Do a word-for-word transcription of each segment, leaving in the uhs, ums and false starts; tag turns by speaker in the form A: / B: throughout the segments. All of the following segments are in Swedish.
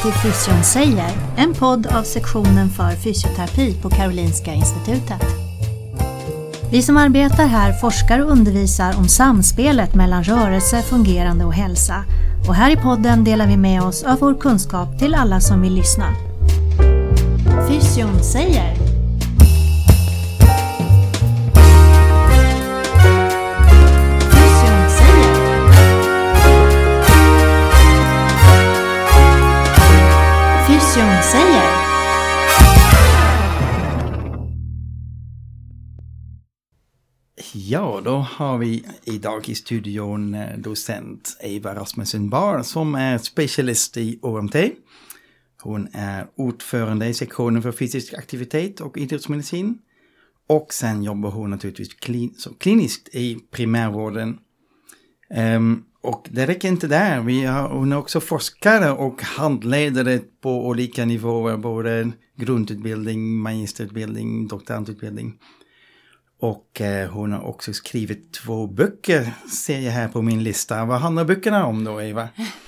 A: till Fysion säger, en podd av sektionen för fysioterapi på Karolinska institutet. Vi som arbetar här forskar och undervisar om samspelet mellan rörelse, fungerande och hälsa. Och här i podden delar vi med oss av vår kunskap till alla som vill lyssna. Fysion säger. Fysion säger. Fysion säger.
B: Ja, då har vi idag i studion docent Eva Rasmussen Bar som är specialist i O M T. Hon är ordförande i sektionen för fysisk aktivitet och idrottsmedicin. Och sen jobbar hon naturligtvis klin- så kliniskt i primärvården. Um, och det räcker inte där. Vi har, hon är också forskare och handledare på olika nivåer. Både grundutbildning, magisterutbildning, doktorandutbildning. Och eh, hon har också skrivit två böcker, ser jag här på min lista. Vad handlar böckerna om då, Eva?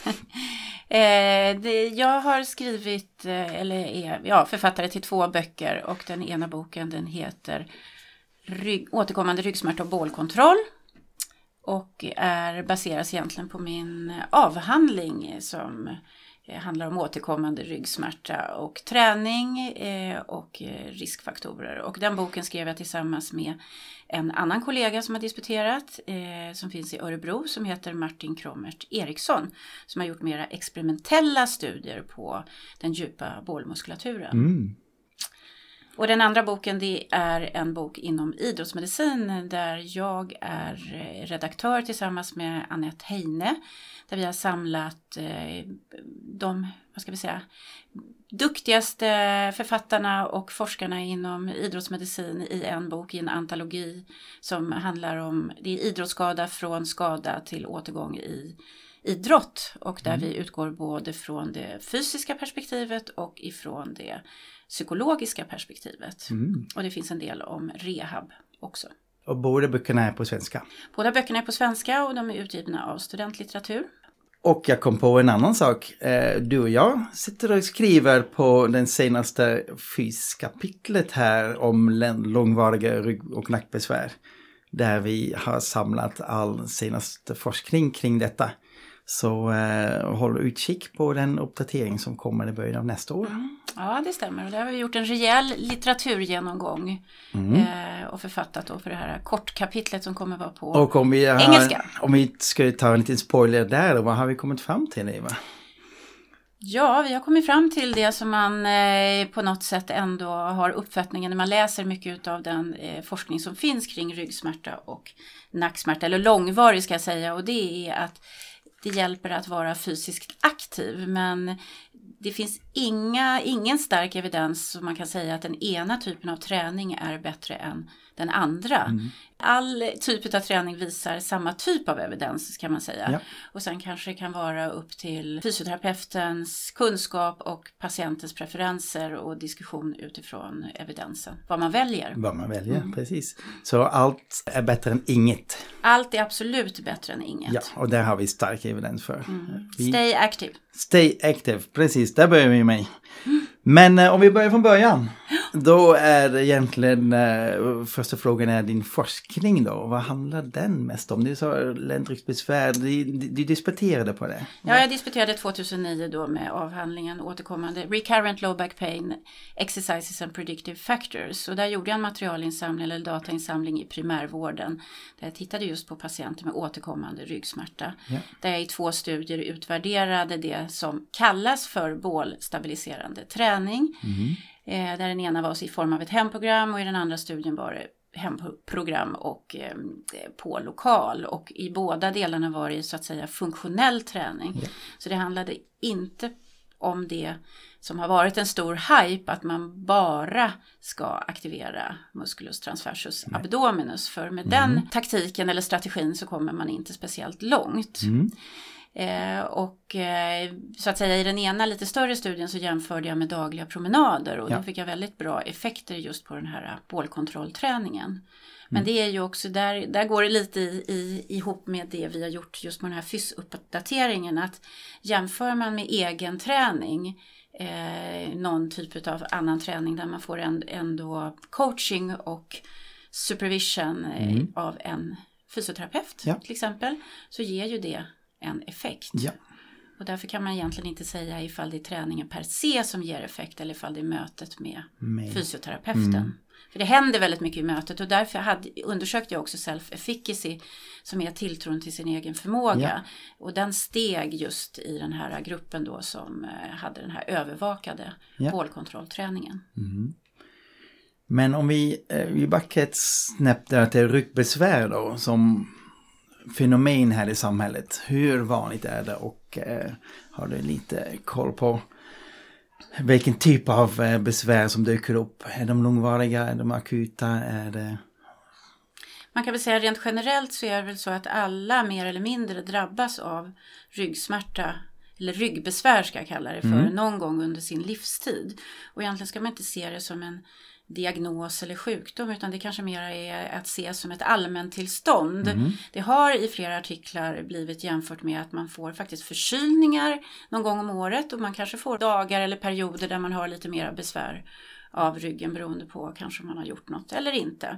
C: eh, det, jag har skrivit, eller är ja, författare till två böcker. Och den ena boken den heter rygg, Återkommande ryggsmärta och bålkontroll. Och är, baseras egentligen på min avhandling som handlar om återkommande ryggsmärta och träning eh, och riskfaktorer. Och den boken skrev jag tillsammans med en annan kollega som har disputerat eh, som finns i Örebro som heter Martin Krommert Eriksson som har gjort mera experimentella studier på den djupa bålmuskulaturen. Mm. Och den andra boken det är en bok inom idrottsmedicin där jag är redaktör tillsammans med Annette Heine. Där vi har samlat eh, de, vad ska vi säga, duktigaste författarna och forskarna inom idrottsmedicin i en bok, i en antologi som handlar om, det är idrottsskada från skada till återgång i idrott. Och där mm. vi utgår både från det fysiska perspektivet och ifrån det psykologiska perspektivet. Mm. Och det finns en del om rehab också.
B: Och båda böckerna är på svenska?
C: Båda böckerna är på svenska och de är utgivna av studentlitteratur. Och
B: jag kom på en annan sak. Du och jag sitter och skriver på den senaste fyskapitlet här om långvariga rygg- och nackbesvär. Där vi har samlat all senaste forskning kring detta. Så eh, håll utkik på den uppdatering som kommer i början av nästa år.
C: Mm. Ja, det stämmer. Och där har vi gjort en rejäl litteraturgenomgång mm. eh, och författat då för det här kortkapitlet som kommer vara på
B: och om vi har,
C: engelska.
B: Om vi ska ta en liten spoiler där, vad har vi kommit fram till, Eva?
C: Ja, vi har kommit fram till det som man eh, på något sätt ändå har uppfattningen när man läser mycket av den eh, forskning som finns kring ryggsmärta och nacksmärta, eller långvarig ska jag säga, och det är att det hjälper att vara fysiskt aktiv, men det finns inga, ingen stark evidens som man kan säga att den ena typen av träning är bättre än den andra. Mm. All typ av träning visar samma typ av evidens kan man säga. Ja. Och sen kanske det kan vara upp till fysioterapeutens kunskap och patientens preferenser och diskussion utifrån evidensen. Vad man väljer.
B: Vad man väljer, mm. precis. Så allt är bättre än inget.
C: Allt är absolut bättre än inget.
B: Ja, och där har vi stark evidens för.
C: Mm. Vi... Stay active.
B: Stay active, precis. Där börjar vi med. Mm. Men eh, om vi börjar från början. Då är egentligen eh, första frågan är din forskning då. Vad handlar den mest om? Du sa ländryggsbesvär, du, du disputerade på det.
C: Ja, jag disputerade tjugohundranio då med avhandlingen återkommande Recurrent Low Back Pain, Exercises and Predictive Factors. Och där gjorde jag en materialinsamling eller datainsamling i primärvården. Där jag tittade just på patienter med återkommande ryggsmärta. Ja. Där jag i två studier utvärderade det som kallas för bålstabiliserande träning. Mm. Eh, där den ena var i form av ett hemprogram och i den andra studien var det hemprogram och eh, på lokal. Och i båda delarna var det så att säga funktionell träning. Ja. Så det handlade inte om det som har varit en stor hype att man bara ska aktivera musculus transversus Nej. abdominus. För med mm. den taktiken eller strategin så kommer man inte speciellt långt. Mm. Eh, och eh, så att säga i den ena lite större studien så jämförde jag med dagliga promenader och ja. Då fick jag väldigt bra effekter just på den här bålkontrollträningen. Men det är ju också, där, där går det lite i, i, ihop med det vi har gjort just med den här fysuppdateringen. Att jämför man med egen träning, eh, någon typ av annan träning där man får en, ändå coaching och supervision eh, mm. av en fysioterapeut ja. Till exempel, så ger ju det en effekt. Ja. Och därför kan man egentligen inte säga ifall det är träningen per se som ger effekt eller ifall det är mötet med, med. fysioterapeuten. Mm. För det händer väldigt mycket i mötet och därför hade, undersökte jag också self-efficacy som är tilltron till sin egen förmåga. Ja. Och den steg just i den här gruppen då som hade den här övervakade ja. Bålkontrollträningen.
B: Mm. Men om vi, vi backar ett snäpp där till ryggbesvär då som fenomen här i samhället. Hur vanligt är det och eh, har du lite koll på vilken typ av eh, besvär som dyker upp? Är de långvariga? Är de akuta? Är det...
C: Man kan väl säga rent generellt så är det väl så att alla mer eller mindre drabbas av ryggsmärta eller ryggbesvär ska jag kalla det för mm. någon gång under sin livstid. Och egentligen ska man inte se det som en diagnos eller sjukdom utan det kanske mer är att se som ett allmäntillstånd. Mm. Det har i flera artiklar blivit jämfört med att man får faktiskt förkylningar någon gång om året och man kanske får dagar eller perioder där man har lite mer besvär av ryggen beroende på kanske man har gjort något eller inte.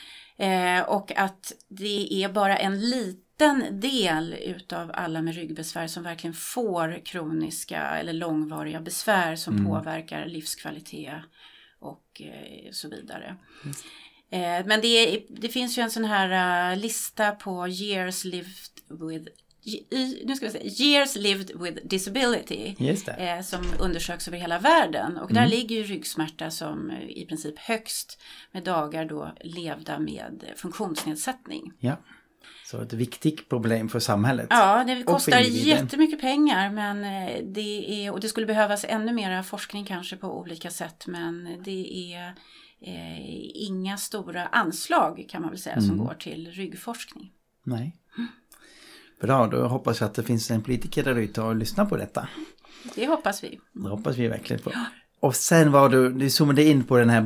C: Eh, och att det är bara en liten del utav alla med ryggbesvär som verkligen får kroniska eller långvariga besvär som mm. påverkar livskvalitet och eh, så vidare. Mm. Eh, men det, det finns ju en sån här uh, lista på years lived with i, nu ska vi säga, years lived with disability eh, som undersöks över hela världen och mm. där ligger ju ryggsmärta som i princip högst med dagar då levda med funktionsnedsättning.
B: Ja. Så ett viktigt problem för samhället.
C: Ja, det kostar jättemycket pengar men det är, och det skulle behövas ännu mer forskning kanske på olika sätt men det är eh, inga stora anslag kan man väl säga mm. som går till ryggforskning.
B: Nej. Mm. Bra, då hoppas jag att det finns en politiker där ute och lyssnar på detta.
C: Det hoppas vi.
B: Det hoppas vi verkligen på. Ja. Och sen var du, du zoomade in på den här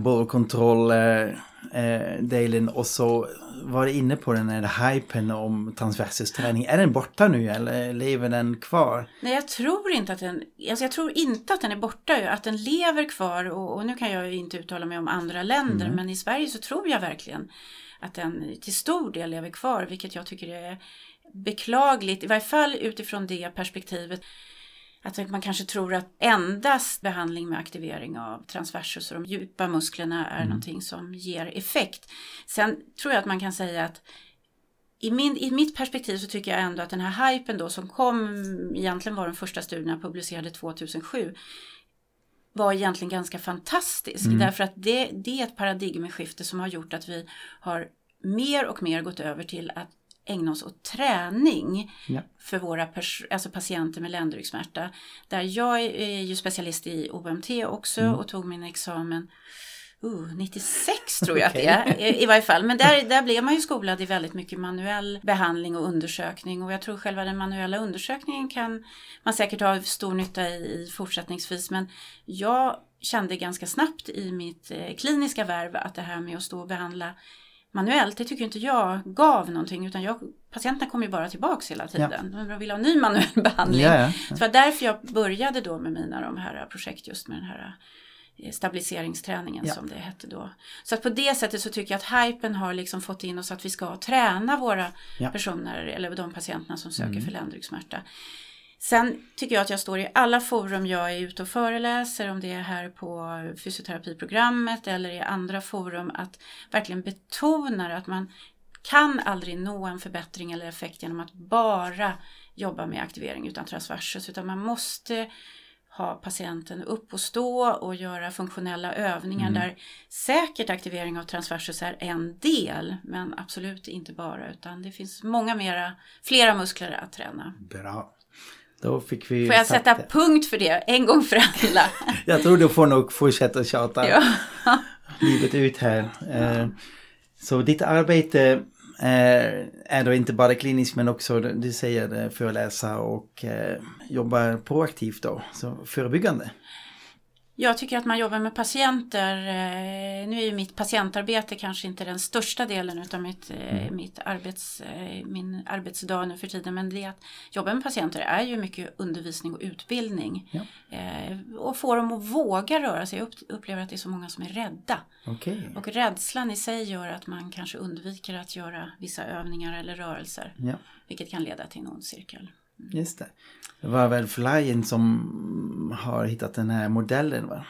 B: bålkontroll-delen eh, och så var du inne på den här hypen om transversus-träning. Är den borta nu eller lever den kvar?
C: Nej, jag tror inte att den, alltså jag tror inte att den är borta. Att den lever kvar och, och nu kan jag ju inte uttala mig om andra länder mm. men i Sverige så tror jag verkligen att den till stor del lever kvar vilket jag tycker är beklagligt. I varje fall utifrån det perspektivet. Att man kanske tror att endast behandling med aktivering av transversus och de djupa musklerna är mm. någonting som ger effekt. Sen tror jag att man kan säga att i, min, i mitt perspektiv så tycker jag ändå att den här hypen då som kom, egentligen var den första studierna publicerade tjugohundrasju, var egentligen ganska fantastisk. Mm. Därför att det, det är ett paradigmskifte som har gjort att vi har mer och mer gått över till att ägna oss åt träning ja. För våra pers- alltså patienter med ländryggsmärta. Där jag är ju specialist i O M T också mm. och tog min examen uh, nittiosex tror jag okay. att det är i, i varje fall. Men där, där blev man ju skolad i väldigt mycket manuell behandling och undersökning och jag tror själva den manuella undersökningen kan man säkert ha stor nytta i, i fortsättningsvis men jag kände ganska snabbt i mitt eh, kliniska värv att det här med att stå och behandla manuellt, det tycker inte jag gav någonting utan jag, patienterna kommer ju bara tillbaka hela tiden. Ja. De vill ha ny manuell behandling. Ja, ja, ja. Så det var därför jag började då med mina de här projekt just med den här stabiliseringsträningen ja. Som det hette då. Så att på det sättet så tycker jag att hypen har liksom fått in oss att vi ska träna våra ja. Personer eller de patienterna som söker mm. för ländryggsmärta. Sen tycker jag att jag står i alla forum jag är ute och föreläser, om det är här på fysioterapiprogrammet eller i andra forum, att verkligen betona att man kan aldrig nå en förbättring eller effekt genom att bara jobba med aktivering utan transversus, utan man måste ha patienten upp och stå och göra funktionella övningar mm. där säkert aktivering av transversus är en del, men absolut inte bara, utan det finns många mera, flera muskler att träna.
B: Bra. Då fick vi
C: får jag sätta det. Punkt för det en gång för alla?
B: Jag tror du får nog fortsätta tjata ja. livet ut här. Ja. Så ditt arbete eh, är då inte bara kliniskt men också, du säger det, föreläsa och eh, jobbar proaktivt då, så förebyggande.
C: Jag tycker att man jobbar med patienter, nu är ju mitt patientarbete kanske inte den största delen utav mitt, mm. mitt arbets, min arbetsdag nu för tiden, men det att jobba med patienter är ju mycket undervisning och utbildning. Ja. Och få dem att våga röra sig. Jag upplever att det är så många som är rädda.
B: Okay.
C: Och rädslan i sig gör att man kanske undviker att göra vissa övningar eller rörelser, ja. Vilket kan leda till en ond cirkel.
B: Mm. Just det. Det var väl Flyen som har hittat den här modellen, va?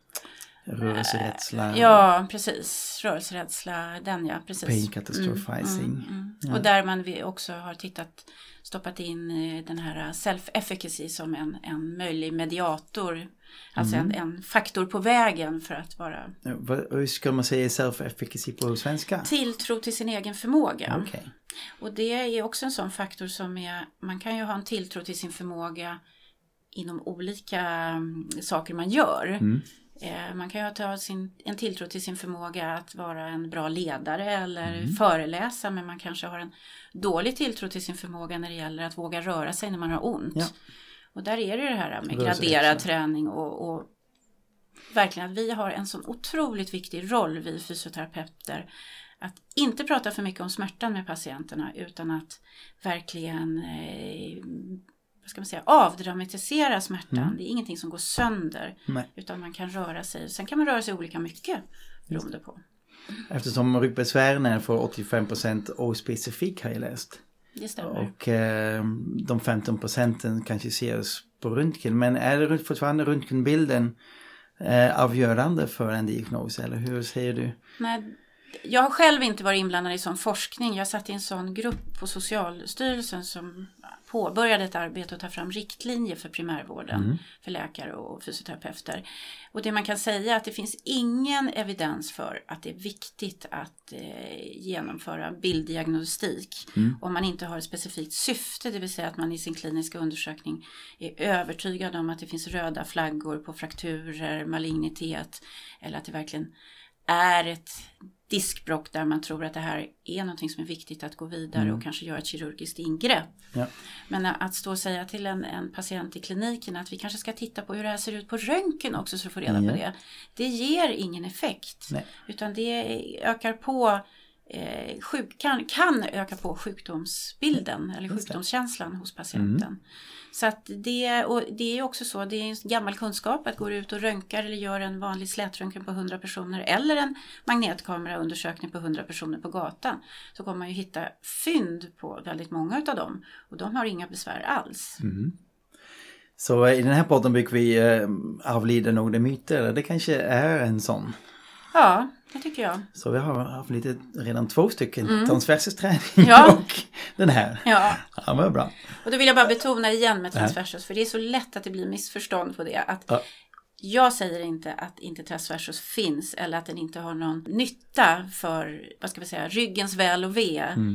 B: Rörelserädsla.
C: Ja, precis. Rörelserädsla, den ja, precis.
B: Pain catastrophizing. Mm, mm,
C: mm.
B: Ja.
C: Och där man också har tittat, stoppat in den här self-efficacy som en, en möjlig mediator. Alltså mm. en, en faktor på vägen för att vara...
B: Hur ska man säga self-efficacy på svenska?
C: Tilltro till sin egen förmåga.
B: Okay.
C: Och det är också en sån faktor som är... Man kan ju ha en tilltro till sin förmåga inom olika saker man gör. Mm. Eh, man kan ju ha sin, en tilltro till sin förmåga att vara en bra ledare eller mm. föreläsa. Men man kanske har en dålig tilltro till sin förmåga när det gäller att våga röra sig när man har ont. Ja. Och där är det det här med graderad träning och, och verkligen att vi har en sån otroligt viktig roll, vi fysioterapeuter, att inte prata för mycket om smärtan med patienterna utan att verkligen eh, vad ska man säga, avdramatisera smärtan. Mm. Det är ingenting som går sönder. Nej. Utan man kan röra sig. Sen kan man röra sig olika mycket beroende på.
B: Eftersom ryggbesvären är för åttiofem procent ospecifik har jag läst.
C: Det stämmer.
B: Och eh, de femton procenten kanske ses på röntgen. Men är det fortfarande röntgenbilden eh, avgörande för en diagnos? Eller hur säger du?
C: Nej, jag har själv inte varit inblandad i sån forskning. Jag satt i en sån grupp på Socialstyrelsen som påbörjade ett arbete att ta fram riktlinjer för primärvården mm. för läkare och fysioterapeuter. Och det man kan säga är att det finns ingen evidens för att det är viktigt att eh, genomföra bilddiagnostik mm. om man inte har ett specifikt syfte, det vill säga att man i sin kliniska undersökning är övertygad om att det finns röda flaggor på frakturer, malignitet eller att det verkligen är ett diskbråck där man tror att det här är någonting som är viktigt att gå vidare mm. och kanske göra ett kirurgiskt ingrepp. Ja. Men att stå och säga till en, en patient i kliniken att vi kanske ska titta på hur det här ser ut på röntgen också så att få reda mm. på det. Det ger ingen effekt. Nej. Utan det ökar på eh, sjuk, kan, kan öka på sjukdomsbilden mm. eller sjukdomskänslan hos patienten. Mm. Så att det, och det är också så, det är en gammal kunskap att gå ut och röntgar eller gör en vanlig slätröntgen på hundra personer eller en magnetkameraundersökning på hundra personer på gatan. Så kommer man ju hitta fynd på väldigt många av dem och de har inga besvär alls. Mm.
B: Så i den här podden brukar vi eh, avlida några myter, det kanske är en sån.
C: Ja, det tycker jag.
B: Så vi har haft lite, redan två stycken mm. transversus träning
C: ja.
B: och den här.
C: Ja.
B: Ja, men bra.
C: Och då vill jag bara betona igen med transversus, för det är så lätt att det blir missförstånd på det. Att ja. Jag säger inte att inte transversus finns eller att den inte har någon nytta för, vad ska vi säga, ryggens väl och ve. Mm.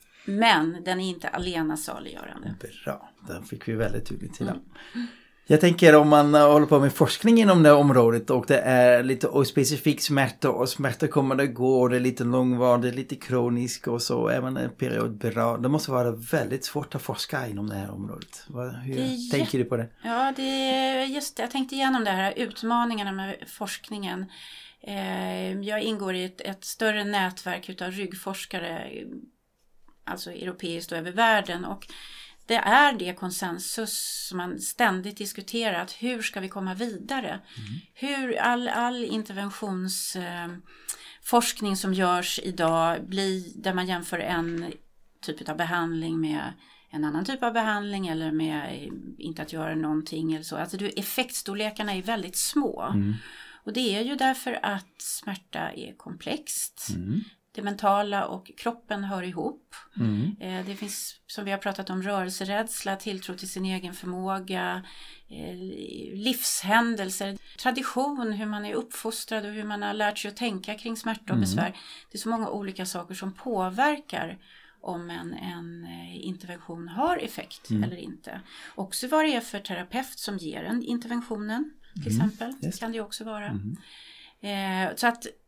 C: Men den är inte alena saliggörande.
B: Bra, där fick vi väldigt tydligt till. Mm. Jag tänker om man håller på med forskning inom det här området och det är lite ospecifik smärta och smärta kommer det gå, det är lite långvarig, lite kronisk och så även en period bra. Det måste vara väldigt svårt att forska inom det här området. Hur det, tänker du på det?
C: Ja, det är just det. Jag tänkte igenom det här utmaningarna med forskningen. Jag ingår i ett, ett större nätverk utav ryggforskare, alltså europeiskt och över världen, och det är det konsensus som man ständigt diskuterar, att hur ska vi komma vidare? Mm. Hur all, all interventionsforskning eh, som görs idag blir, där man jämför en typ av behandling med en annan typ av behandling eller med inte att göra någonting eller så. Alltså du, effektstorlekarna är väldigt små. Mm. Och det är ju därför att smärta är komplext. Mm. Det mentala och kroppen hör ihop. Mm. Eh, det finns, som vi har pratat om, rörelserädsla, tilltro till sin egen förmåga, eh, livshändelser, tradition, hur man är uppfostrad och hur man har lärt sig att tänka kring smärta och mm. besvär. Det är så många olika saker som påverkar om en, en intervention har effekt mm. eller inte. Också vad det är för terapeut som ger en interventionen, till mm. exempel. Det kan det ju också vara. Mm. Eh, så att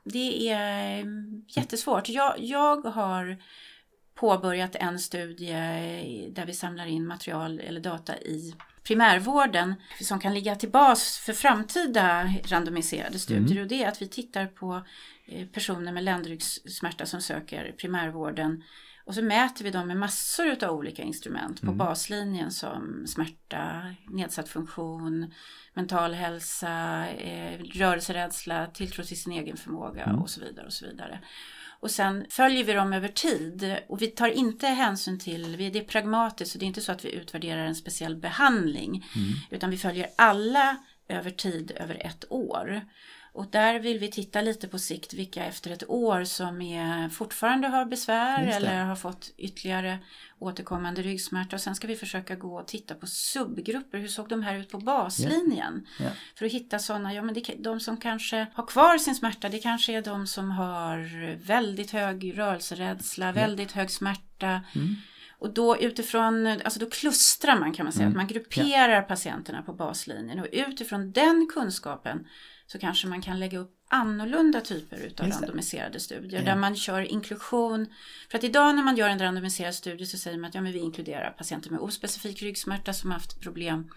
C: det är jättesvårt. Jag, jag har påbörjat en studie där vi samlar in material eller data i primärvården som kan ligga till bas för framtida randomiserade studier. Mm. Och det är att vi tittar på personer med ländryggsmärta som söker primärvården. Och så mäter vi dem med massor av olika instrument på mm. baslinjen som smärta, nedsatt funktion, mental hälsa, eh, rörelserädsla, tilltro till sin egen förmåga mm. och så vidare och så vidare. Och sen följer vi dem över tid och vi tar inte hänsyn till, det är pragmatiskt så det är inte så att vi utvärderar en speciell behandling mm. utan vi följer alla över tid över ett år. Och där vill vi titta lite på sikt vilka efter ett år som är, fortfarande har besvär eller har fått ytterligare återkommande ryggsmärta. Och sen ska vi försöka gå och titta på subgrupper. Hur såg de här ut på baslinjen? Yeah. Yeah. För att hitta sådana, ja men det, de som kanske har kvar sin smärta, det kanske är de som har väldigt hög rörelserädsla, yeah. väldigt hög smärta. Mm. Och då utifrån, alltså då klustrar man kan man säga, mm. att man grupperar yeah. patienterna på baslinjen. Och utifrån den kunskapen så kanske man kan lägga upp annorlunda typer utav randomiserade studier. Yeah. Där man kör inklusion. För att idag när man gör en randomiserad studie så säger man att ja, men vi inkluderar patienter med ospecifik ryggsmärta som har haft problem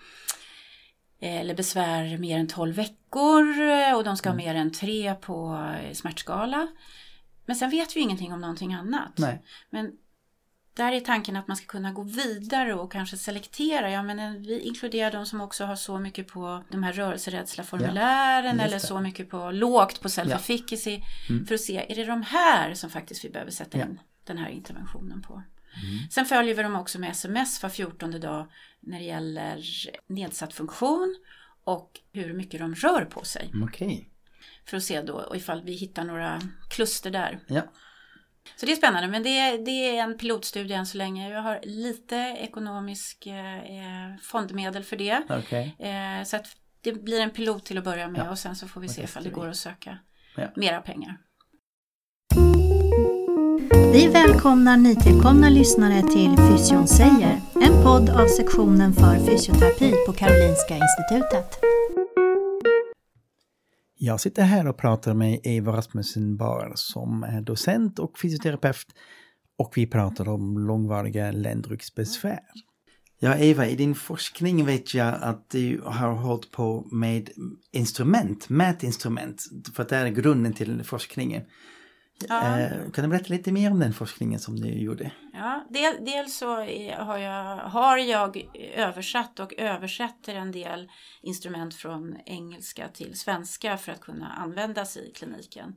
C: eller besvär mer än tolv veckor. Och de ska mm. ha mer än tre på smärtskala. Men sen vet vi ingenting om någonting annat. Nej. Men där är tanken att man ska kunna gå vidare och kanske selektera. Ja, men vi inkluderar de som också har så mycket på de här rörelserädsla-formulären ja, eller så mycket på lågt på self-efficacy. Ja. Mm. För att se, är det de här som faktiskt vi behöver sätta ja. in den här interventionen på. Mm. Sen följer vi dem också med sms var fjortonde dag när det gäller nedsatt funktion och hur mycket de rör på sig.
B: Okej. Okay.
C: För att se då och ifall vi hittar några kluster där.
B: Ja.
C: Så det är spännande, men det är, det är en pilotstudie än så länge. Jag har lite ekonomisk eh, fondmedel för det.
B: Okay.
C: Eh, så att det blir en pilot till att börja med ja. och sen så får vi se ifall det går att söka ja. mera pengar.
A: Vi välkomnar nytillkomna lyssnare till Fysion säger, en podd av sektionen för fysioterapi på Karolinska institutet.
B: Jag sitter här och pratar med Eva Rasmussen Bar som är docent och fysioterapeut och vi pratar om långvariga ländryggsbesvär. Ja, Eva, i din forskning vet jag att du har hållit på med instrument, mätinstrument, för att det är grunden till forskningen. Ja. Eh, kan du berätta lite mer om den forskningen som du gjorde?
C: Ja, del, dels så har jag, har jag översatt och översätter en del instrument från engelska till svenska för att kunna användas i kliniken.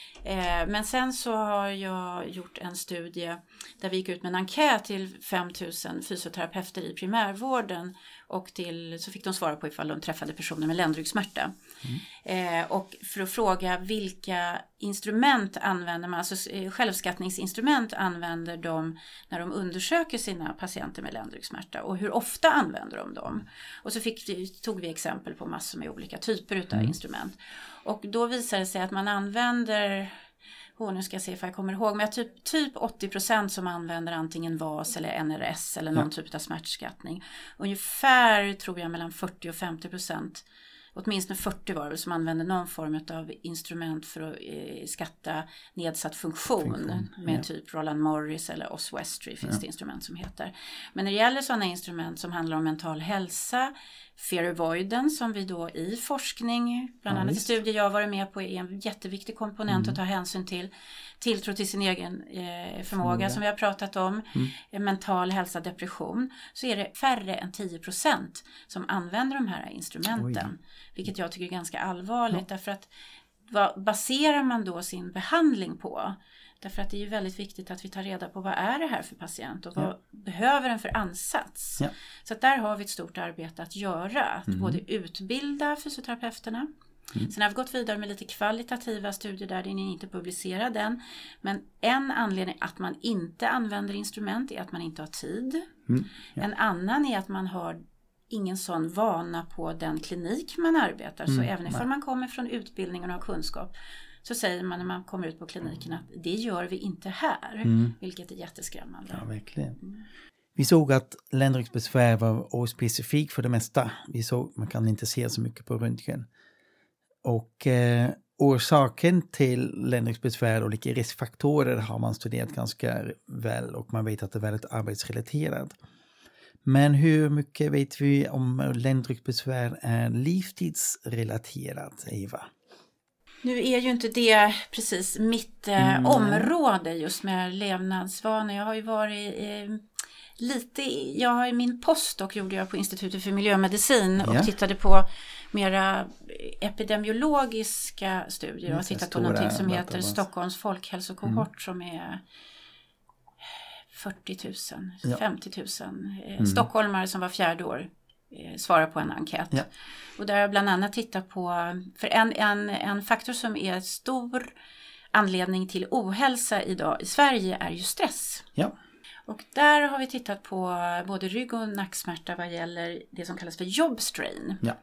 C: Eh, men sen så har jag gjort en studie där vi gick ut med en enkät till fem tusen fysioterapeuter i primärvården och till, så fick de svara på ifall de träffade personer med ländryggsmärta. Mm. Eh, och för att fråga vilka instrument använder man, alltså självskattningsinstrument använder de när de undersöker sina patienter med ländryggsmärta och hur ofta använder de dem. Och så fick vi, tog vi exempel på massor med olika typer utav mm. instrument. Och då visade det sig att man använder, oh, nu ska jag se if jag kommer ihåg, men typ, typ åttio procent som använder antingen V A S eller N R S eller någon ja. typ av smärtskattning. Ungefär tror jag mellan fyrtio och femtio procent, åtminstone fyrtio var det som använder någon form av instrument för att eh, skatta nedsatt funktion, funktion med ja. typ Roland Morris eller Oswestry finns ja. det instrument som heter. Men när det gäller sådana instrument som handlar om mental hälsa, fear avoidance som vi då i forskning, bland ja, annat i studier jag har varit med på, är en jätteviktig komponent mm. att ta hänsyn till. Tilltro till sin egen eh, förmåga mm. som vi har pratat om, mm. mental hälsa, depression, så är det färre än tio procent som använder de här instrumenten. Oj. Vilket jag tycker är ganska allvarligt ja. därför att vad baserar man då sin behandling på? Därför att det är ju väldigt viktigt att vi tar reda på vad är det här för patient och vad ja. behöver den för ansats. Ja. Så att där har vi ett stort arbete att göra. Att mm. både utbilda fysioterapeuterna. Mm. Sen har vi gått vidare med lite kvalitativa studier där, det är inte publicerad än. Men en anledning att man inte använder instrument är att man inte har tid. Mm. Ja. En annan är att man har ingen sån vana på den klinik man arbetar. Mm. Så även ifall man kommer från utbildningen och har kunskap, så säger man när man kommer ut på kliniken att det gör vi inte här. Mm. Vilket är jätteskrämmande.
B: Ja, verkligen. Mm. Vi såg att ländryggsbesvär var ospecifik för det mesta. Vi såg, man kan inte se så mycket på röntgen. Och eh, orsaken till ländryggsbesvär och olika riskfaktorer har man studerat ganska väl och man vet att det är väldigt arbetsrelaterat. Men hur mycket vet vi om ländryggsbesvär är livstidsrelaterat, Eva?
C: Nu är ju inte det precis mitt eh, mm. område just med levnadsvanor. Jag har ju varit eh, lite, jag har ju min postdoc gjorde jag på Institutet för miljömedicin och ja. tittade på mera epidemiologiska studier. Jag har tittat på någonting som heter Stockholms folkhälsokohort mm. som är fyrtio tusen, ja. femtio tusen eh, mm. stockholmare som var fjärde år eh, svarar på en enkät. Ja. Och där har jag bland annat tittat på, för en, en, en faktor som är stor anledning till ohälsa idag i Sverige är ju stress.
B: Ja.
C: Och där har vi tittat på både rygg- och nacksmärta vad gäller det som kallas för job strain.
B: Ja.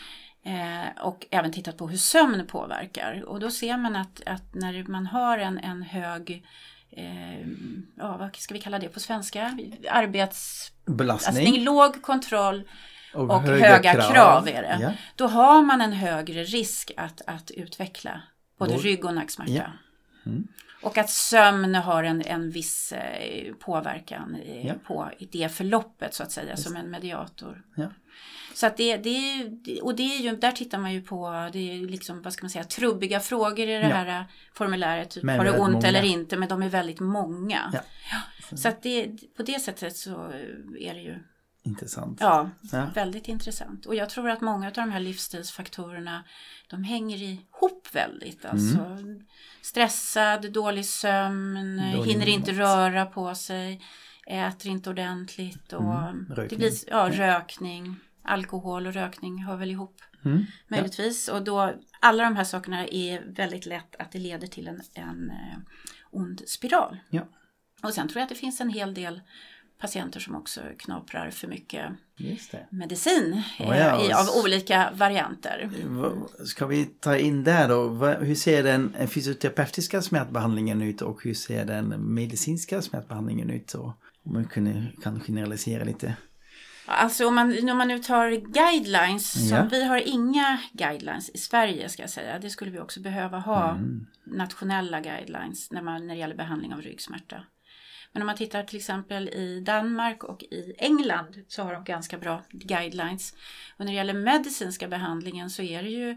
C: Eh, och även tittat på hur sömn påverkar. Och då ser man att, att när man har en, en hög, eh, ja, vad ska vi kalla det på svenska? Arbetsbelastning, alltså, låg kontroll och, och höga, höga krav. krav är det. Ja. Då har man en högre risk att, att utveckla både Låg. rygg- och nacksmärta. Ja. Mm. Och att sömn har en, en viss eh, påverkan eh, ja. på det förloppet så att säga. Just. Som en mediator.
B: Ja.
C: Så att det, det är ju, och det är ju, där tittar man ju på, det är liksom, vad ska man säga, trubbiga frågor i det ja. här formuläret. Typ, har det ont många. eller inte, men de är väldigt många. Ja. Ja. Så att det, på det sättet så är det ju
B: intressant.
C: Ja, ja, väldigt intressant. Och jag tror att många av de här livsstilsfaktorerna, de hänger ihop väldigt. Alltså mm. stressad, dålig sömn, dålig hinner inte mat. röra på sig, äter inte ordentligt. Och mm. det blir, ja, rökning, alkohol och rökning hör väl ihop. Mm. Möjligtvis. Ja. Och då, alla de här sakerna är väldigt lätt att det leder till en, en eh, ond spiral.
B: Ja.
C: Och sen tror jag att det finns en hel del patienter som också knaprar för mycket medicin oh ja, i, av olika varianter.
B: Ska vi ta in där då? Hur ser den fysioterapeutiska smärtbehandlingen ut och hur ser den medicinska smärtbehandlingen ut? Så, om man kan, kan generalisera lite.
C: Alltså om man, om man nu tar guidelines, ja. som vi har inga guidelines i Sverige ska jag säga. Det skulle vi också behöva ha mm. nationella guidelines när, man, när det gäller behandling av ryggsmärta. Men om man tittar till exempel i Danmark och i England så har de ganska bra guidelines. Och när det gäller medicinska behandlingen så är det ju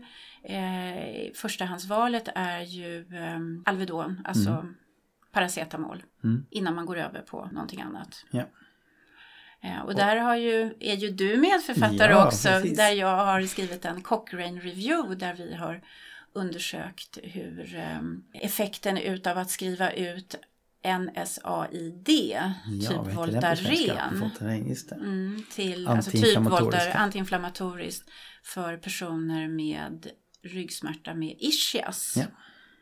C: eh, förstahandsvalet är ju eh, Alvedon, alltså mm. paracetamol, mm. innan man går över på någonting annat.
B: Ja.
C: Eh, och där har ju, är ju du medförfattare ja, också, precis. Där jag har skrivit en Cochrane Review där vi har undersökt hur eh, effekten utav att skriva ut N S A I D, ja, typ Voltaren, mm, till alltså typ Voltaren, antiinflammatoriskt för personer med ryggsmärta med ischias. Ja.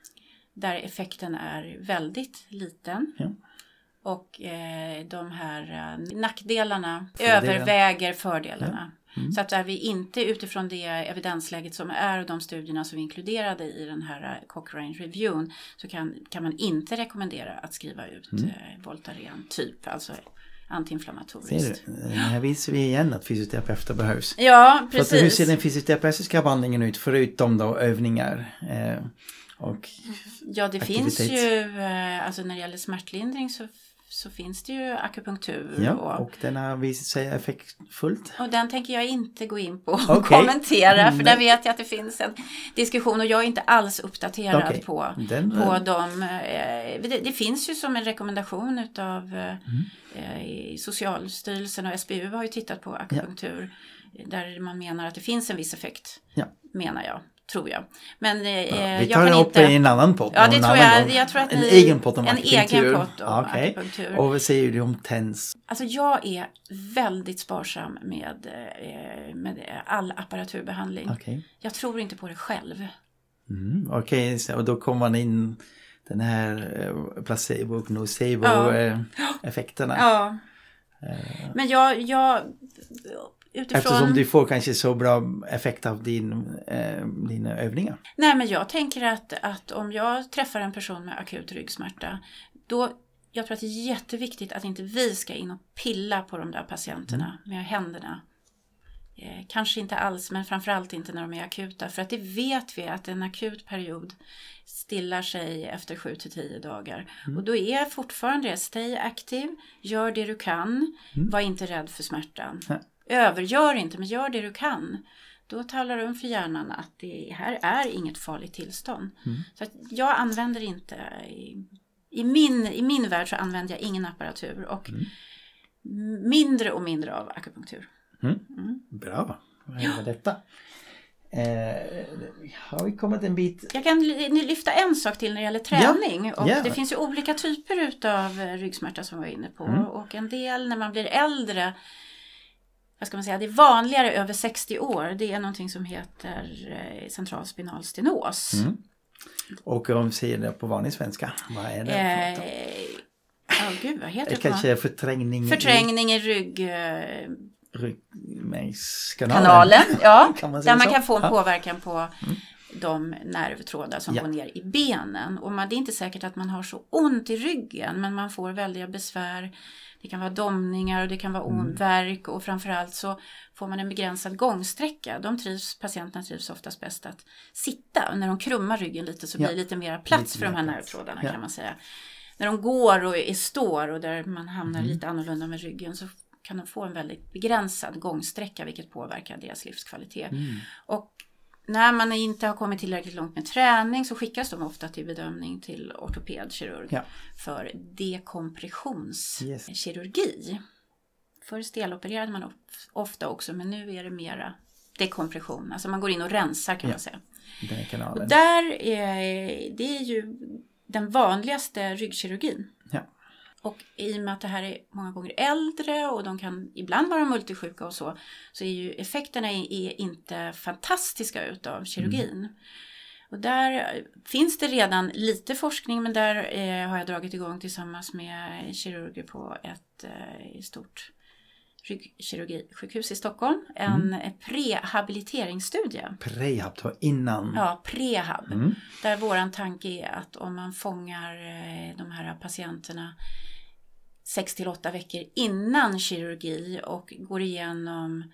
C: Där effekten är väldigt liten. Ja. Och eh, de här eh, nackdelarna Fördelen. överväger fördelarna. Ja. Mm. Så att är vi inte utifrån det evidensläget som är och de studierna som vi inkluderade i den här Cochrane Reviewn så kan, kan man inte rekommendera att skriva ut mm. eh, Voltaren typ, alltså antiinflammatoriskt.
B: Ser du? Här visar vi igen att fysioterapeuter behövs.
C: Ja, precis.
B: För hur ser den fysioterapeutiska behandlingen ut förutom då övningar eh, och
C: ja, det
B: aktivitet?
C: Finns ju, eh, alltså när det gäller smärtlindring så så finns det ju akupunktur.
B: Ja, och, och den har visat sig effektfullt.
C: Och den tänker jag inte gå in på och okay. kommentera. För där vet jag att det finns en diskussion och jag är inte alls uppdaterad okay. på, den, på dem. Eh, det, det finns ju som en rekommendation utav mm. eh, Socialstyrelsen och S B U har ju tittat på akupunktur. Ja. Där man menar att det finns en viss effekt, ja. menar jag. Tror jag. Men eh,
B: ja, vi
C: tar
B: jag kan
C: upp
B: inte... i en annan pott.
C: Ja, det tror jag. jag tror att
B: en
C: ni...
B: egen pott om
C: en
B: akupunktur.
C: En egen pott om
B: okay.
C: akupunktur.
B: Och vad säger du om TENS?
C: Alltså jag är väldigt sparsam med, eh, med all apparaturbehandling. Okay. Jag tror inte på det själv.
B: Mm, Okej, okay. Och då kommer man in den här placebo och nocebo-effekterna.
C: Ja. ja. Uh. Men jag... jag Utifrån...
B: Eftersom du får kanske så bra effekt av din, eh, dina övningar.
C: Nej, men jag tänker att, att om jag träffar en person med akut ryggsmärta, då, jag tror att det är jätteviktigt att inte vi ska in och pilla på de där patienterna mm. med händerna Eh, kanske inte alls, men framförallt inte när de är akuta. För att det vet vi att en akut period stillar sig efter sju till tio dagar. Mm. Och då är fortfarande det, stay active, gör det du kan, mm. var inte rädd för smärtan. Mm. Övergör inte, men gör det du kan. Då talar du om för hjärnan att det här är inget farligt tillstånd. Mm. Så att jag använder inte, i, i, min, i min värld så använder jag ingen apparatur och mm. mindre och mindre av akupunktur.
B: Mm. Mm. Bra, vad är detta? Eh, har vi kommit en bit?
C: Jag kan lyfta en sak till när det gäller träning.
B: Ja.
C: Och
B: ja.
C: Det finns ju olika typer av ryggsmärta som vi var inne på. Mm. Och en del när man blir äldre, vad ska man säga, det är vanligare över sextio år. Det är någonting som heter centralspinal stenos. Mm.
B: Och om vi säger det på vanlig svenska, vad är det?
C: Eh, oh, gud, vad heter det?
B: Kanske förträngning.
C: Förträngning i rygg...
B: ryggmärgskanalen.
C: Kanalen, ja.
B: kan man
C: där man
B: så?
C: kan få en
B: ja.
C: påverkan på
B: mm.
C: de nervtrådar som
B: ja.
C: går ner i benen. Och man, det är inte säkert att man har så ont i ryggen, men man får väldiga besvär. Det kan vara domningar och det kan vara ondvärk och framförallt så får man en begränsad gångsträcka. De trivs, patienterna trivs oftast bäst att sitta. När de krummar ryggen lite så blir det ja. lite mer plats lite för de här nervtrådarna ja. kan man säga. När de går och är står och där man hamnar mm. lite annorlunda med ryggen så kan de få en väldigt begränsad gångsträcka vilket påverkar deras livskvalitet. Mm. Och när man inte har kommit tillräckligt långt med träning så skickas de ofta till bedömning till ortopedkirurg ja. för dekompressionskirurgi. Yes. Förr stelopererade man ofta också, men nu är det mera dekompression. Alltså man går in och rensar kan ja. man säga.
B: Den kanalen.
C: Och där är, det är ju den vanligaste ryggkirurgin. Ja. Och i och med att det här är många gånger äldre och de kan ibland vara multisjuka och så, så är ju effekterna är, är inte fantastiska utav kirurgin. Mm. Och där finns det redan lite forskning, men där eh, har jag dragit igång tillsammans med kirurger på ett eh, stort ryggkirurgisjukhus i Stockholm. En mm. prehabiliteringsstudie.
B: Prehab, var innan.
C: Ja, prehab. Mm. Där våran tanke är att om man fångar eh, de här patienterna sex till åtta veckor innan kirurgi och går igenom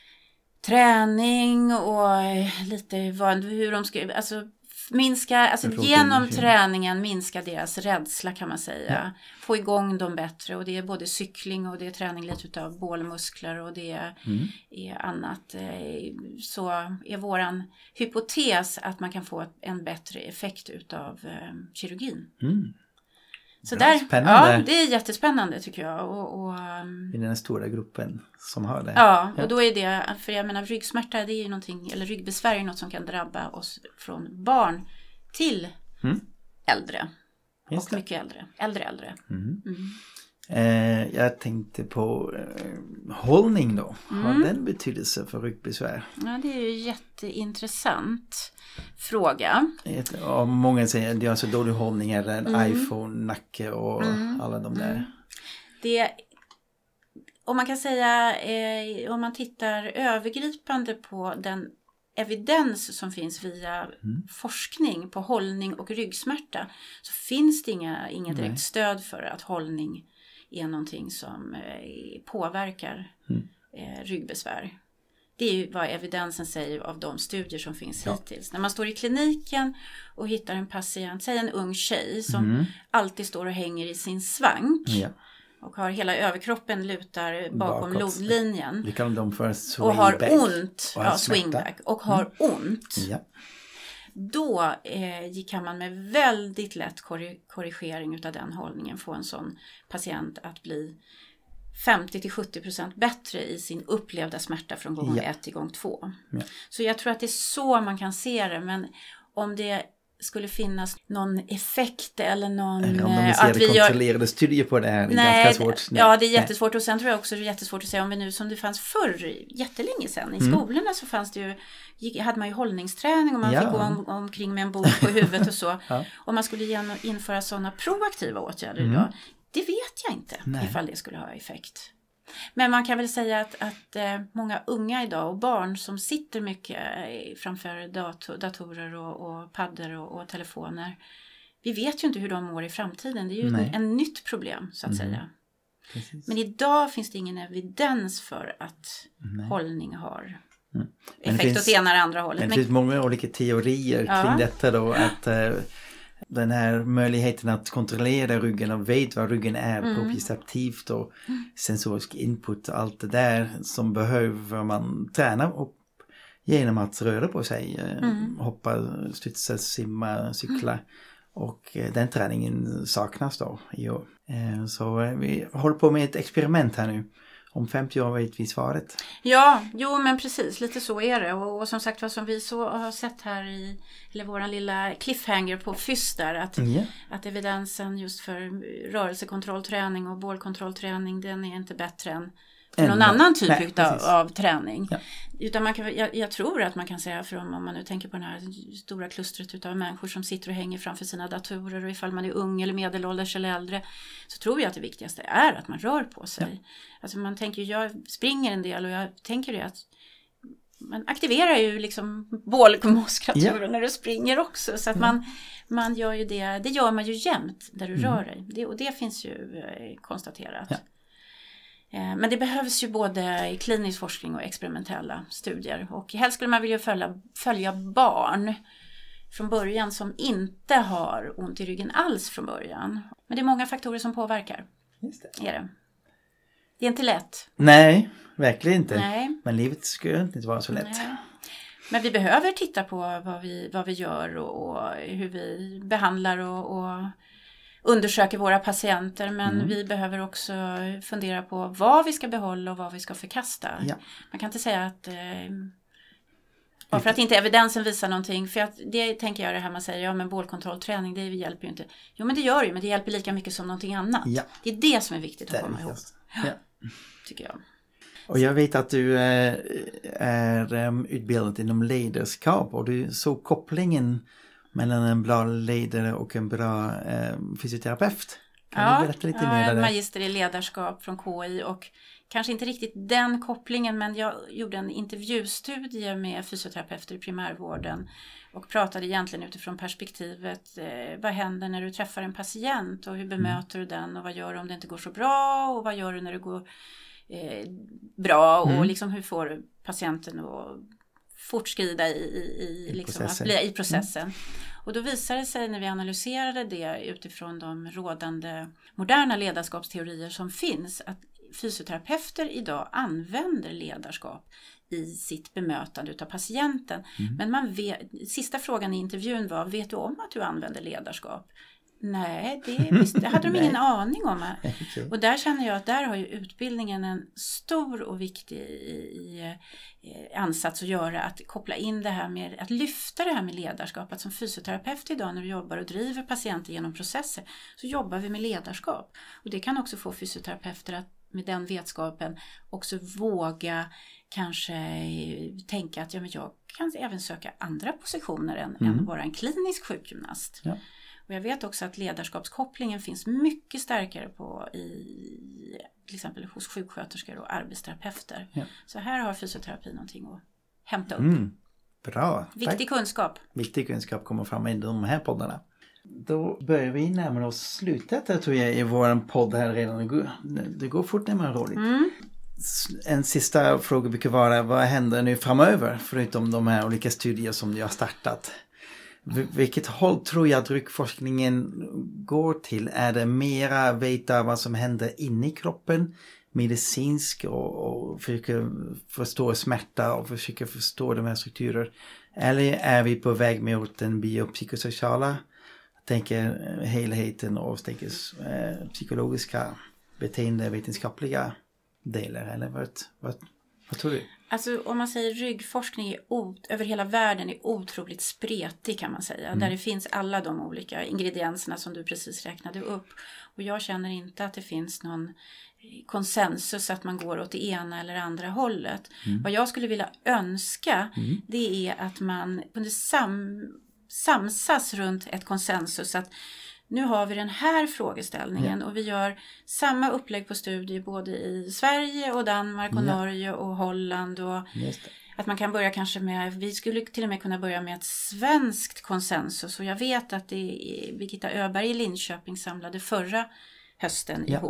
C: träning och lite vad, hur de ska, alltså minska, alltså genom träningen minska deras rädsla kan man säga. Ja. Få igång dem bättre och det är både cykling och det är träning lite utav bålmuskler och det mm. är annat. Så är våran hypotes att man kan få en bättre effekt utav um, kirurgin. Mm. Så där,
B: spännande.
C: Ja, det är jättespännande tycker jag. Och, och, um,
B: i den stora gruppen som har det.
C: Ja, och då är det, för jag menar ryggsmärta det är ju någonting, eller ryggbesvär är något som kan drabba oss från barn till mm. äldre. Just och det. Mycket äldre, äldre äldre. Mm. Mm.
B: Eh, jag tänkte på eh, hållning då. Mm. Har den betydelse för ryggbesvär?
C: Ja, det är ju jätteintressant fråga.
B: Och många säger att det är så dålig hållning eller en mm. iPhone, nacke och mm. alla de där. Mm.
C: Det, om man kan säga, eh, om man tittar övergripande på den evidens som finns via mm. forskning på hållning och ryggsmärta så finns det inga, inga direkt Nej. stöd för att hållning är någonting som eh, påverkar mm. eh, ryggbesvär. Det är ju vad evidensen säger av de studier som finns ja. hittills. När man står i kliniken och hittar en patient, säg en ung tjej som mm. alltid står och hänger i sin svank ja. och har hela överkroppen lutar bakom Bakåt. lodlinjen.
B: Vi kallar dem för swingback.
C: Och har ont, och ja, swingback, och har mm. ont. Ja. Då eh, kan man med väldigt lätt korrigering av den hållningen få en sån patient att bli femtio till sjuttio procent bättre i sin upplevda smärta från gång ja. ett till gång två. Ja. Så jag tror att det är så man kan se det, men om det skulle finnas någon effekt eller någon...
B: Eller om de ser att vi kontrollerade gör... studier på det här, det är
C: Nej,
B: ganska svårt.
C: Nej. Ja, det är jättesvårt och sen tror jag också det är jättesvårt att säga om vi nu som det fanns förr, jättelänge sedan. I mm. skolorna så fanns det ju, hade man ju hållningsträning och man ja. fick gå om, omkring med en bok på huvudet och så. ja. Om man skulle genom, införa sådana proaktiva åtgärder mm. idag, det vet jag inte Nej. ifall det skulle ha effekt. Men man kan väl säga att, att eh, många unga idag och barn som sitter mycket eh, framför dator, datorer och, och paddor och, och telefoner. Vi vet ju inte hur de mår i framtiden. Det är ju en, en nytt problem så att mm. säga.
B: Precis.
C: Men idag finns det ingen evidens för att
B: Nej.
C: hållning har
B: Mm.
C: effekt
B: finns,
C: åt det ena eller andra hållet.
B: Men det
C: men...
B: finns många olika teorier
C: ja.
B: kring detta då. Att uh, den här möjligheten att kontrollera ryggen och vet vad ryggen är mm. proprioceptivt och mm. sensorisk input och allt det där som behöver man träna upp genom att röra på sig. Mm. Hoppa, studsa, simma, cykla. Mm. Och den träningen saknas då i år. Så vi håller på med ett experiment här nu. Om femtio år vet vi svaret.
C: Ja, jo men precis. Lite så är det. Och, och som sagt vad som vi så har sett här i eller våran lilla cliffhanger på F Y S där. Att, mm. att evidensen just för rörelsekontrollträning och bålkontrollträning den är inte bättre än för någon annan typ Nej, av, av träning. Ja. Utan man kan, jag, jag tror att man kan säga, för om, om man nu tänker på det här stora klustret av människor som sitter och hänger framför sina datorer och ifall man är ung eller medelålders eller äldre, så tror jag att det viktigaste är att man rör på sig. Ja. Alltså man tänker, jag springer en del och jag tänker det att man aktiverar ju liksom bålmuskulaturen ja. när du springer också. Så att man, man gör ju det, det gör man ju jämt där du mm. rör dig. Det, och det finns ju konstaterat. Ja. Men det behövs ju både i klinisk forskning och experimentella studier. Och helst skulle man vilja följa, följa barn från början som inte har ont i ryggen alls från början. Men det är många faktorer som påverkar.
B: Just det.
C: Är det. Det är inte lätt.
B: Nej, verkligen inte.
C: Nej.
B: Men livet ska inte vara så lätt.
C: Nej. Men vi behöver titta på vad vi, vad vi gör och, och hur vi behandlar och... och undersöker våra patienter, men mm. vi behöver också fundera på vad vi ska behålla och vad vi ska förkasta. Ja. Man kan inte säga att eh, bara för att inte evidensen visar någonting, för att det tänker jag det här man säger, ja men bålkontrollträning det hjälper ju inte. Jo men det gör ju, men det hjälper lika mycket som någonting annat. Ja. Det är det som är viktigt att komma ihåg. Ja. Ja. Tycker jag.
B: Och jag vet att du är, är um, utbildad inom ledarskap och du såg kopplingen mellan en bra ledare och en bra eh, fysioterapeut. Kan
C: ja,
B: du berätta lite
C: ja,
B: mer?
C: En magister i ledarskap från K I och kanske inte riktigt den kopplingen, men jag gjorde en intervjustudie med fysioterapeuter i primärvården och pratade egentligen utifrån perspektivet eh, vad händer när du träffar en patient och hur bemöter mm. du den och vad gör du om det inte går så bra och vad gör du när det går eh, bra och mm. liksom hur får du patienten att fortskrida i, i, i, liksom, processen. Att bli, i processen. Mm. Och då visade det sig när vi analyserade det utifrån de rådande moderna ledarskapsteorier som finns att fysioterapeuter idag använder ledarskap i sitt bemötande utav patienten. Mm. Men man vet, sista frågan i intervjun var, vet du om att du använder ledarskap? Nej, det, visst, det hade de ingen aning om. Okay. Och där känner jag att där har ju utbildningen en stor och viktig i, i, ansats att göra, att koppla in det här med, att lyfta det här med ledarskap. Att som fysioterapeut idag när vi jobbar och driver patienter genom processer så jobbar vi med ledarskap. Och det kan också få fysioterapeuter att med den vetskapen också våga kanske tänka att ja, men jag kan även söka andra positioner än, mm. än bara en klinisk sjukgymnast. Ja. Och jag vet också att ledarskapskopplingen finns mycket starkare på i till exempel hos sjuksköterskor och arbetsterapeuter. Ja. Så här har fysioterapi någonting att hämta upp.
B: Mm. Bra.
C: Viktig Tack. kunskap.
B: Viktig kunskap kommer fram i de här poddarna. Då börjar vi närma oss slutet här, tror jag, i vår podd här redan. Det går, det går fort när man är roligt. Mm. En sista fråga brukar vara, vad händer nu framöver förutom de här olika studier som du har startat? Vilket håll tror jag att ryggforskningen går till? Är det mera veta vad som händer inne i kroppen, medicinsk och, och försöka förstå smärta och försöka förstå de här strukturer? Eller är vi på väg mot den biopsykosociala, jag tänker helheten och tänker eh, psykologiska beteendevetenskapliga delar? Eller vad, vad, vad tror du?
C: Alltså om man säger ryggforskning är ot- över hela världen är otroligt spretig kan man säga. Mm. Där det finns alla de olika ingredienserna som du precis räknade upp. Och jag känner inte att det finns någon konsensus att man går åt det ena eller andra hållet. Mm. Vad jag skulle vilja önska mm. det är att man kunde sam- samsas runt ett konsensus att nu har vi den här frågeställningen ja. och vi gör samma upplägg på studier både i Sverige och Danmark och ja. Norge och Holland. Och att man kan börja kanske med, vi skulle till och med kunna börja med ett svenskt konsensus. Och jag vet att det är Birgitta Öberg i Linköping samlade förra hösten ja. ihop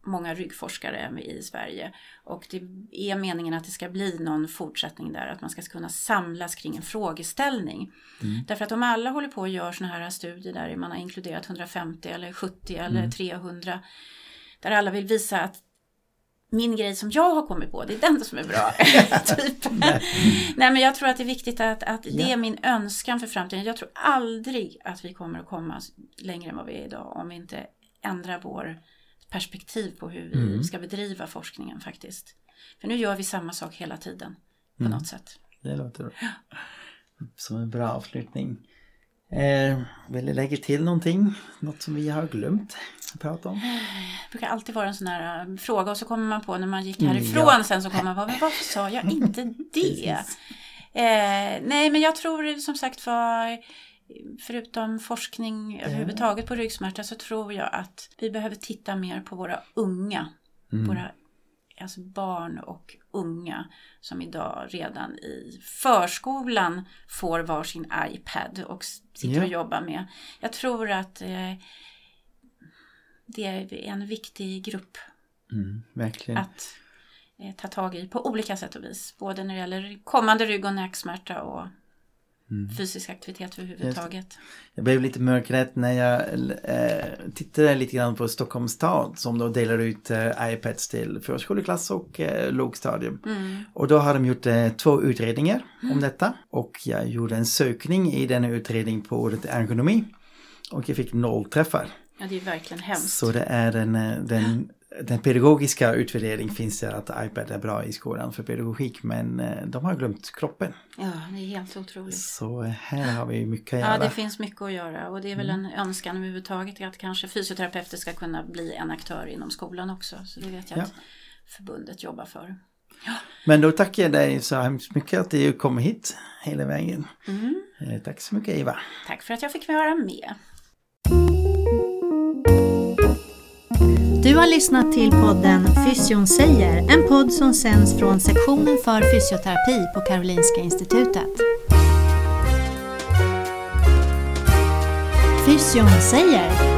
C: många ryggforskare i Sverige. Och det är meningen att det ska bli någon fortsättning där. Att man ska kunna samlas kring en frågeställning. Mm. Därför att om alla håller på och gör såna här studier där man har inkluderat hundrafemtio eller sjuttio eller mm. trehundra. Där alla vill visa att min grej som jag har kommit på, det är den som är bra. typ. Nej. Nej, men jag tror att det är viktigt att, att ja. det är min önskan för framtiden. Jag tror aldrig att vi kommer att komma längre än vad vi är idag om vi inte ändrar vår perspektiv på hur vi mm. ska bedriva forskningen faktiskt. För nu gör vi samma sak hela tiden på mm. något sätt.
B: Det låter som en bra avslutning. Eh, vill du lägga till någonting? Något som vi har glömt att prata om?
C: Det brukar alltid vara en sån här fråga och så kommer man på när man gick härifrån ja. sen så kommer man på, men varför sa jag inte det? eh, nej, men jag tror som sagt för förutom forskning ja. överhuvudtaget på ryggsmärta så tror jag att vi behöver titta mer på våra unga, mm. våra alltså barn och unga som idag redan i förskolan får varsin iPad och sitter ja. och jobbar med. Jag tror att eh, det är en viktig grupp
B: mm, verkligen.
C: att eh, ta tag i på olika sätt och vis. Både när det gäller kommande rygg- och nacksmärta och mm. fysisk aktivitet överhuvudtaget.
B: Jag blev lite mörkrädd när jag eh, tittade lite grann på Stockholms stad som då delar ut eh, iPads till förskoleklass och eh, lågstadium. Mm. Och då har de gjort eh, två utredningar mm. om detta. Och jag gjorde en sökning i den utredning på ordet ergonomi. Och jag fick noll träffar.
C: Ja, det är verkligen hemskt.
B: Så det är den, den, den pedagogiska utvärdering finns det att iPad är bra i skolan för pedagogik. Men de har glömt kroppen.
C: Ja, det är helt otroligt.
B: Så här har vi mycket att göra.
C: Ja, det finns mycket att göra. Och det är väl mm. en önskan överhuvudtaget att kanske fysioterapeuter ska kunna bli en aktör inom skolan också. Så det vet jag ja. att förbundet jobbar för. Ja.
B: Men då tackar jag dig så hemskt mycket att du kom hit hela vägen. Mm. Tack så mycket, Eva.
C: Tack för att jag fick vara med.
A: Du har lyssnat till podden Fysion säger, en podd som sänds från sektionen för fysioterapi på Karolinska institutet. Fysion säger.